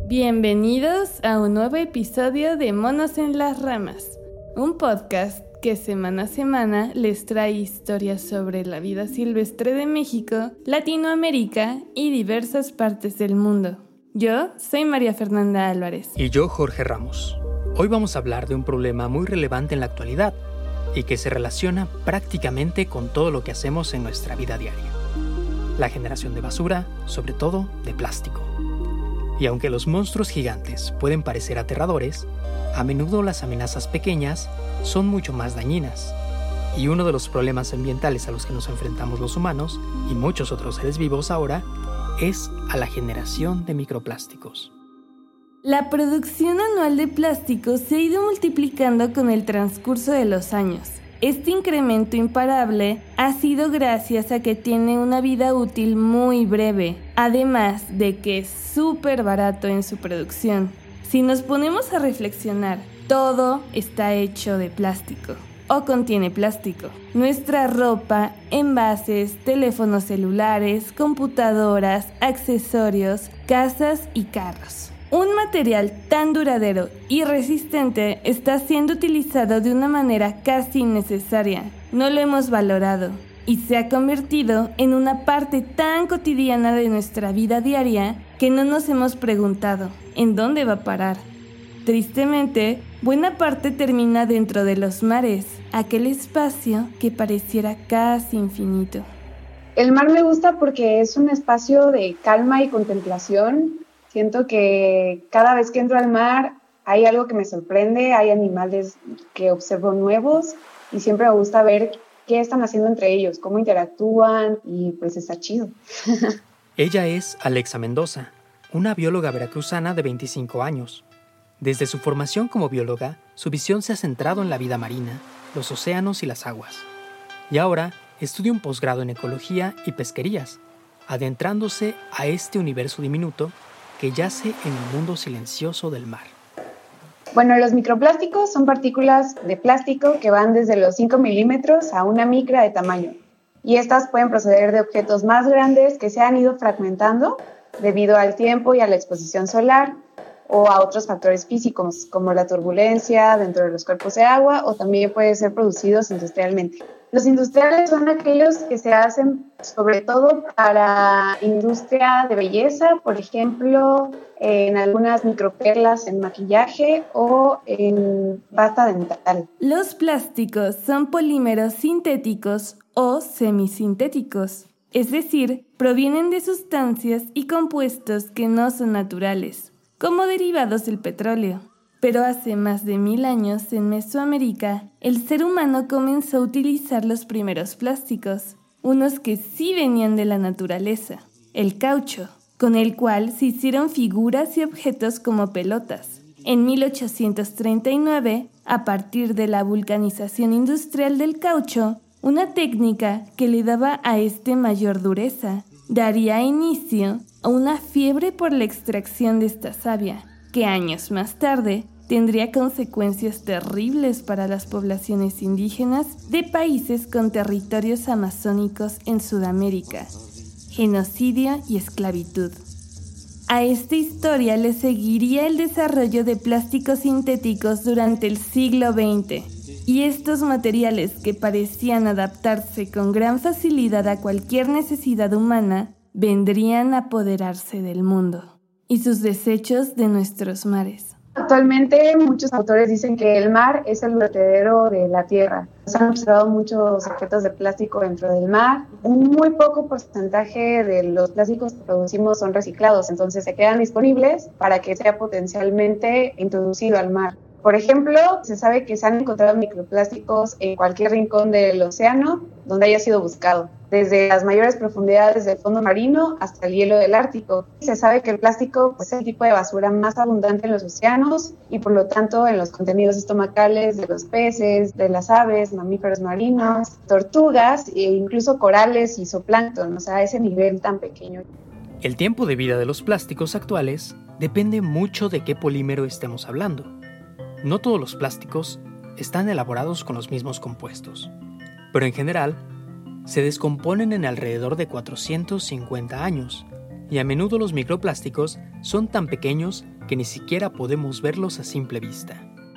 Bienvenidos a un nuevo episodio de Monos en las Ramas, un podcast que semana a semana les trae historias sobre la vida silvestre de México, Latinoamérica y diversas partes del mundo. Yo soy María Fernanda Álvarez. Y yo, Jorge Ramos. Hoy vamos a hablar de un problema muy relevante en la actualidad y que se relaciona prácticamente con todo lo que hacemos en nuestra vida diaria. La generación de basura, sobre todo de plástico. Y aunque los monstruos gigantes pueden parecer aterradores, a menudo las amenazas pequeñas son mucho más dañinas. Y uno de los problemas ambientales a los que nos enfrentamos los humanos y muchos otros seres vivos ahora es a la generación de microplásticos. La producción anual de plástico se ha ido multiplicando con el transcurso de los años. Este incremento imparable ha sido gracias a que tiene una vida útil muy breve, además de que es súper barato en su producción. Si nos ponemos a reflexionar, todo está hecho de plástico o contiene plástico. Nuestra ropa, envases, teléfonos celulares, computadoras, accesorios, casas y carros. Un material tan duradero y resistente está siendo utilizado de una manera casi innecesaria. No lo hemos valorado y se ha convertido en una parte tan cotidiana de nuestra vida diaria que no nos hemos preguntado ¿en dónde va a parar? Tristemente, buena parte termina dentro de los mares, aquel espacio que pareciera casi infinito. El mar me gusta porque es un espacio de calma y contemplación. Siento que cada vez que entro al mar hay algo que me sorprende, hay animales que observo nuevos y siempre me gusta ver qué están haciendo entre ellos, cómo interactúan y pues está chido. Ella es Alexa Mendoza, una bióloga veracruzana de 25 años. Desde su formación como bióloga, su visión se ha centrado en la vida marina, los océanos y las aguas. Y ahora estudia un posgrado en ecología y pesquerías, adentrándose a este universo diminuto que yace en el mundo silencioso del mar. Bueno, los microplásticos son partículas de plástico que van desde los 5 milímetros a una micra de tamaño. Y estas pueden proceder de objetos más grandes que se han ido fragmentando debido al tiempo y a la exposición solar o a otros factores físicos como la turbulencia dentro de los cuerpos de agua o también pueden ser producidos industrialmente. Los industriales son aquellos que se hacen sobre todo para industria de belleza, por ejemplo, en algunas microperlas en maquillaje o en pasta dental. Los plásticos son polímeros sintéticos o semisintéticos, es decir, provienen de sustancias y compuestos que no son naturales, como derivados del petróleo. Pero hace más de 1000 años en Mesoamérica, el ser humano comenzó a utilizar los primeros plásticos, unos que sí venían de la naturaleza, el caucho, con el cual se hicieron figuras y objetos como pelotas. En 1839, a partir de la vulcanización industrial del caucho, una técnica que le daba a este mayor dureza, daría inicio a una fiebre por la extracción de esta savia, que años más tarde tendría consecuencias terribles para las poblaciones indígenas de países con territorios amazónicos en Sudamérica, genocidio y esclavitud. A esta historia le seguiría el desarrollo de plásticos sintéticos durante el siglo XX, y estos materiales que parecían adaptarse con gran facilidad a cualquier necesidad humana, vendrían a apoderarse del mundo y sus desechos de nuestros mares. Actualmente muchos autores dicen que el mar es el vertedero de la tierra. Se han observado muchos objetos de plástico dentro del mar. Un muy poco porcentaje de los plásticos que producimos son reciclados, entonces se quedan disponibles para que sea potencialmente introducido al mar. Por ejemplo, se sabe que se han encontrado microplásticos en cualquier rincón del océano donde haya sido buscado, desde las mayores profundidades del fondo marino hasta el hielo del Ártico. Se sabe que el plástico es el tipo de basura más abundante en los océanos y por lo tanto en los contenidos estomacales de los peces, de las aves, mamíferos marinos, tortugas e incluso corales y zooplancton, o sea, a ese nivel tan pequeño. El tiempo de vida de los plásticos actuales depende mucho de qué polímero estemos hablando. No todos los plásticos están elaborados con los mismos compuestos, pero en general se descomponen en alrededor de 450 años y a menudo los microplásticos son tan pequeños que ni siquiera podemos verlos a simple vista.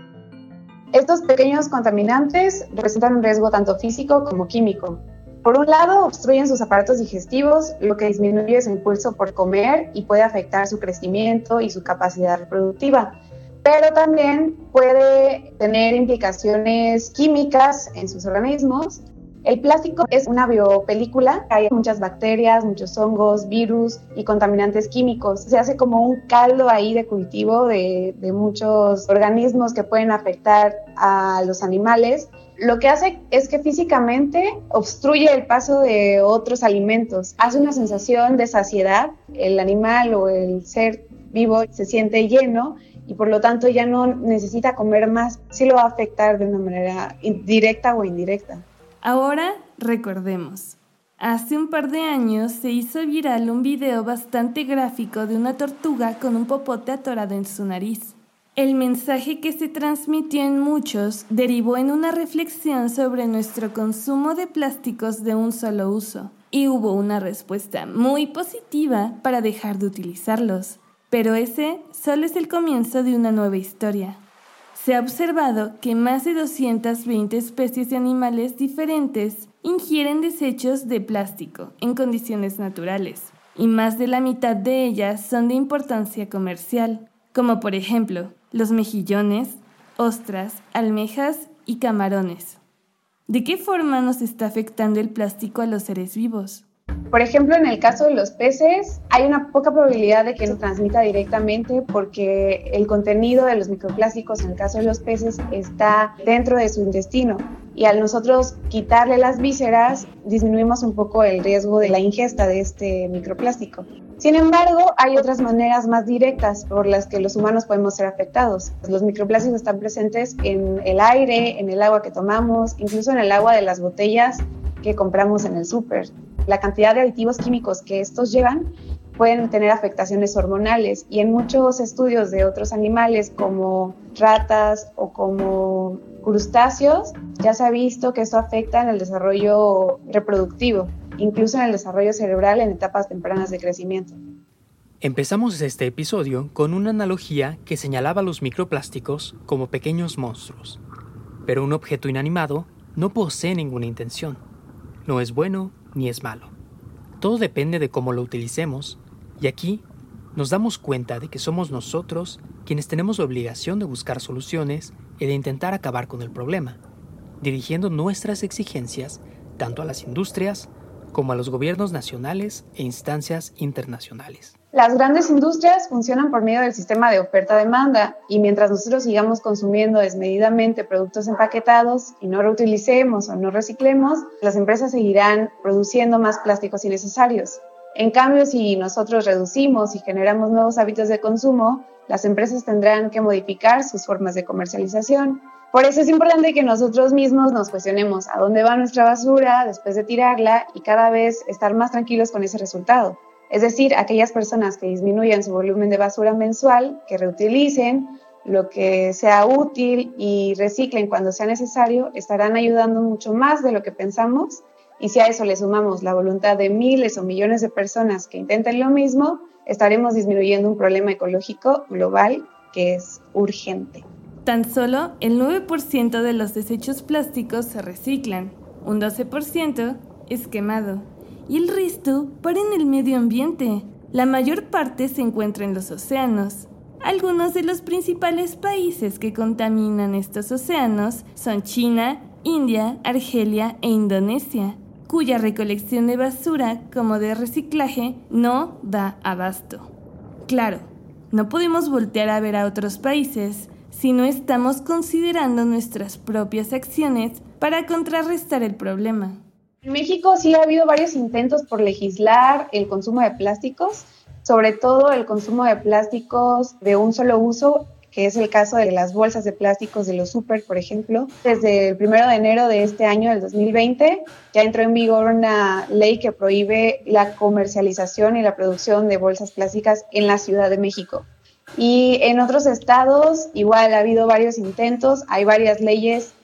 Estos pequeños contaminantes representan un riesgo tanto físico como químico. Por un lado, obstruyen sus aparatos digestivos, lo que disminuye su impulso por comer y puede afectar su crecimiento y su capacidad reproductiva. Pero también puede tener implicaciones químicas en sus organismos. El plástico es una biopelícula, hay muchas bacterias, muchos hongos, virus y contaminantes químicos. Se hace como un caldo ahí de cultivo de muchos organismos que pueden afectar a los animales. Lo que hace es que físicamente obstruye el paso de otros alimentos. Hace una sensación de saciedad. El animal o el ser vivo se siente lleno y por lo tanto ya no necesita comer más. Sí lo va a afectar de una manera directa o indirecta. Ahora recordemos. Hace un par de años se hizo viral un video bastante gráfico de una tortuga con un popote atorado en su nariz. El mensaje que se transmitió en muchos derivó en una reflexión sobre nuestro consumo de plásticos de un solo uso, y hubo una respuesta muy positiva para dejar de utilizarlos. Pero ese solo es el comienzo de una nueva historia. Se ha observado que más de 220 especies de animales diferentes ingieren desechos de plástico en condiciones naturales, y más de la mitad de ellas son de importancia comercial, como por ejemplo los mejillones, ostras, almejas y camarones. ¿De qué forma nos está afectando el plástico a los seres vivos? Por ejemplo, en el caso de los peces, hay una poca probabilidad de que nos transmita directamente porque el contenido de los microplásticos, en el caso de los peces, está dentro de su intestino. Y al nosotros quitarle las vísceras, disminuimos un poco el riesgo de la ingesta de este microplástico. Sin embargo, hay otras maneras más directas por las que los humanos podemos ser afectados. Los microplásticos están presentes en el aire, en el agua que tomamos, incluso en el agua de las botellas que compramos en el súper. La cantidad de aditivos químicos que estos llevan pueden tener afectaciones hormonales y en muchos estudios de otros animales como ratas o como crustáceos ya se ha visto que esto afecta en el desarrollo reproductivo, incluso en el desarrollo cerebral en etapas tempranas de crecimiento. Empezamos este episodio con una analogía que señalaba a los microplásticos como pequeños monstruos. Pero un objeto inanimado no posee ninguna intención. No es bueno ni es malo. Todo depende de cómo lo utilicemos, y aquí nos damos cuenta de que somos nosotros quienes tenemos la obligación de buscar soluciones y de intentar acabar con el problema, dirigiendo nuestras exigencias tanto a las industrias como a los gobiernos nacionales e instancias internacionales. Las grandes industrias funcionan por medio del sistema de oferta-demanda y mientras nosotros sigamos consumiendo desmedidamente productos empaquetados y no reutilicemos o no reciclemos, las empresas seguirán produciendo más plásticos innecesarios. En cambio, si nosotros reducimos y generamos nuevos hábitos de consumo, las empresas tendrán que modificar sus formas de comercialización. Por eso es importante que nosotros mismos nos cuestionemos a dónde va nuestra basura después de tirarla y cada vez estar más tranquilos con ese resultado. Es decir, aquellas personas que disminuyan su volumen de basura mensual, que reutilicen lo que sea útil y reciclen cuando sea necesario, estarán ayudando mucho más de lo que pensamos. Y si a eso le sumamos la voluntad de miles o millones de personas que intenten lo mismo, estaremos disminuyendo un problema ecológico global que es urgente. Tan solo el 9% de los desechos plásticos se reciclan, un 12% es quemado y el resto para en el medio ambiente. La mayor parte se encuentra en los océanos. Algunos de los principales países que contaminan estos océanos son China, India, Argelia e Indonesia, cuya recolección de basura como de reciclaje no da abasto. Claro, no podemos voltear a ver a otros países si no estamos considerando nuestras propias acciones para contrarrestar el problema. En México sí ha habido varios intentos por legislar el consumo de plásticos, sobre todo el consumo de plásticos de un solo uso, que es el caso de las bolsas de plásticos de los súper, por ejemplo. Desde el 1 de enero de este año, del 2020, ya entró en vigor una ley que prohíbe la comercialización y la producción de bolsas plásticas en la Ciudad de México. Y en otros estados igual ha habido varios intentos, hay varias leyes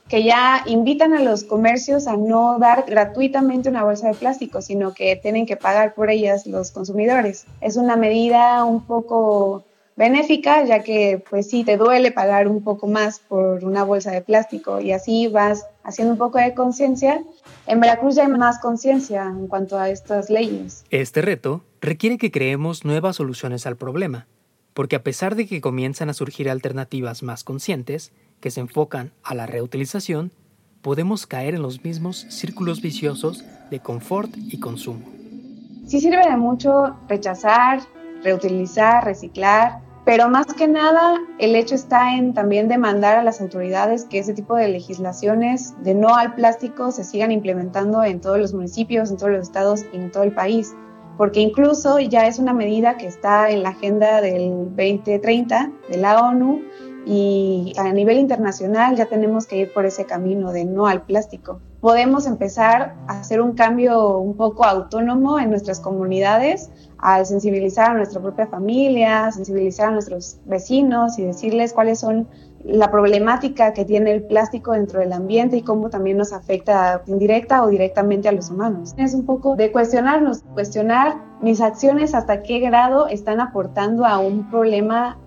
que ya invitan a los comercios a no dar gratuitamente una bolsa de plástico, sino que tienen que pagar por ellas los consumidores. Es una medida un poco benéfica, ya que pues sí te duele pagar un poco más por una bolsa de plástico y así vas haciendo un poco de conciencia. En Veracruz ya hay más conciencia en cuanto a estas leyes. Este reto requiere que creemos nuevas soluciones al problema, porque a pesar de que comienzan a surgir alternativas más conscientes, que se enfocan a la reutilización, podemos caer en los mismos círculos viciosos de confort y consumo. Sí sirve de mucho rechazar, reutilizar, reciclar, pero más que nada el hecho está en también demandar a las autoridades que ese tipo de legislaciones de no al plástico se sigan implementando en todos los municipios, en todos los estados y en todo el país, porque incluso ya es una medida que está en la agenda del 2030 de la ONU y a nivel internacional ya tenemos que ir por ese camino de no al plástico. Podemos empezar a hacer un cambio un poco autónomo en nuestras comunidades al sensibilizar a nuestra propia familia, sensibilizar a nuestros vecinos y decirles cuáles son la problemática que tiene el plástico dentro del ambiente y cómo también nos afecta indirecta o directamente a los humanos. Es un poco de cuestionar mis acciones hasta qué grado están aportando a un problema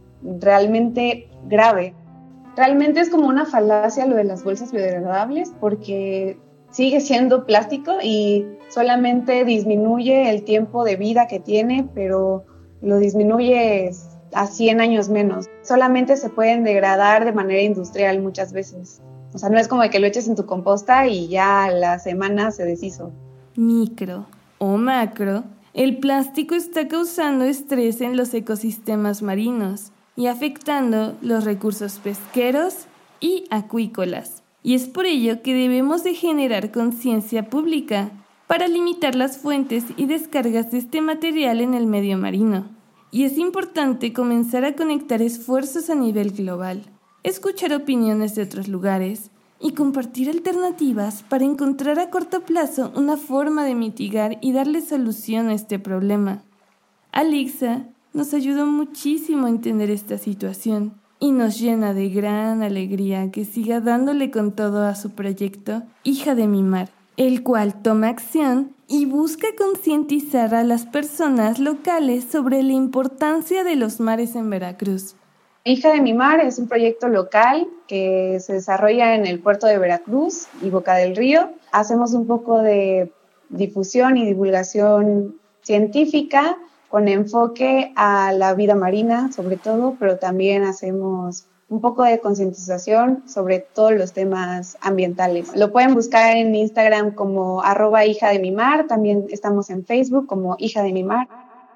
realmente grave. Realmente es como una falacia lo de las bolsas biodegradables porque sigue siendo plástico y solamente disminuye el tiempo de vida que tiene, pero lo disminuye a 100 años menos. Solamente se pueden degradar de manera industrial muchas veces. O sea, no es como que lo eches en tu composta y ya a la semana se deshizo. Micro o macro, el plástico está causando estrés en los ecosistemas marinos y afectando los recursos pesqueros y acuícolas. Y es por ello que debemos de generar conciencia pública para limitar las fuentes y descargas de este material en el medio marino. Y es importante comenzar a conectar esfuerzos a nivel global, escuchar opiniones de otros lugares y compartir alternativas para encontrar a corto plazo una forma de mitigar y darle solución a este problema. Alixa nos ayudó muchísimo a entender esta situación y nos llena de gran alegría que siga dándole con todo a su proyecto Hija de mi Mar, el cual toma acción y busca concientizar a las personas locales sobre la importancia de los mares en Veracruz. Hija de mi Mar es un proyecto local que se desarrolla en el puerto de Veracruz y Boca del Río. Hacemos un poco de difusión y divulgación científica con enfoque a la vida marina sobre todo, pero también hacemos un poco de concientización sobre todos los temas ambientales. Lo pueden buscar en Instagram como @hijademimar, también estamos en Facebook como Hija de mi Mar.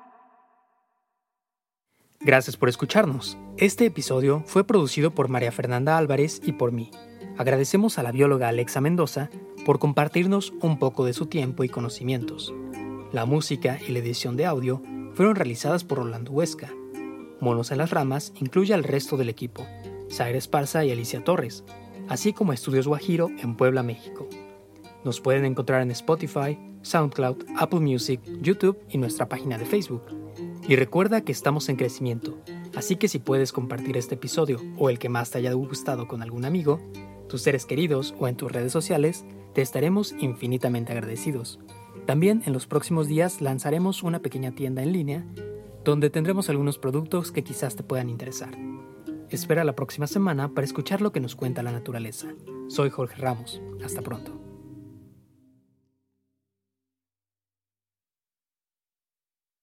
Gracias por escucharnos. Este episodio fue producido por María Fernanda Álvarez y por mí. Agradecemos a la bióloga Alexa Mendoza por compartirnos un poco de su tiempo y conocimientos. La música y la edición de audio fueron realizadas por Rolando Huesca. Monos en las Ramas incluye al resto del equipo, Zaire Esparza y Alicia Torres, así como Estudios Guajiro en Puebla, México. Nos pueden encontrar en Spotify, SoundCloud, Apple Music, YouTube y nuestra página de Facebook. Y recuerda que estamos en crecimiento, así que si puedes compartir este episodio o el que más te haya gustado con algún amigo, tus seres queridos o en tus redes sociales, te estaremos infinitamente agradecidos. También en los próximos días lanzaremos una pequeña tienda en línea donde tendremos algunos productos que quizás te puedan interesar. Espera la próxima semana para escuchar lo que nos cuenta la naturaleza. Soy Jorge Ramos. Hasta pronto.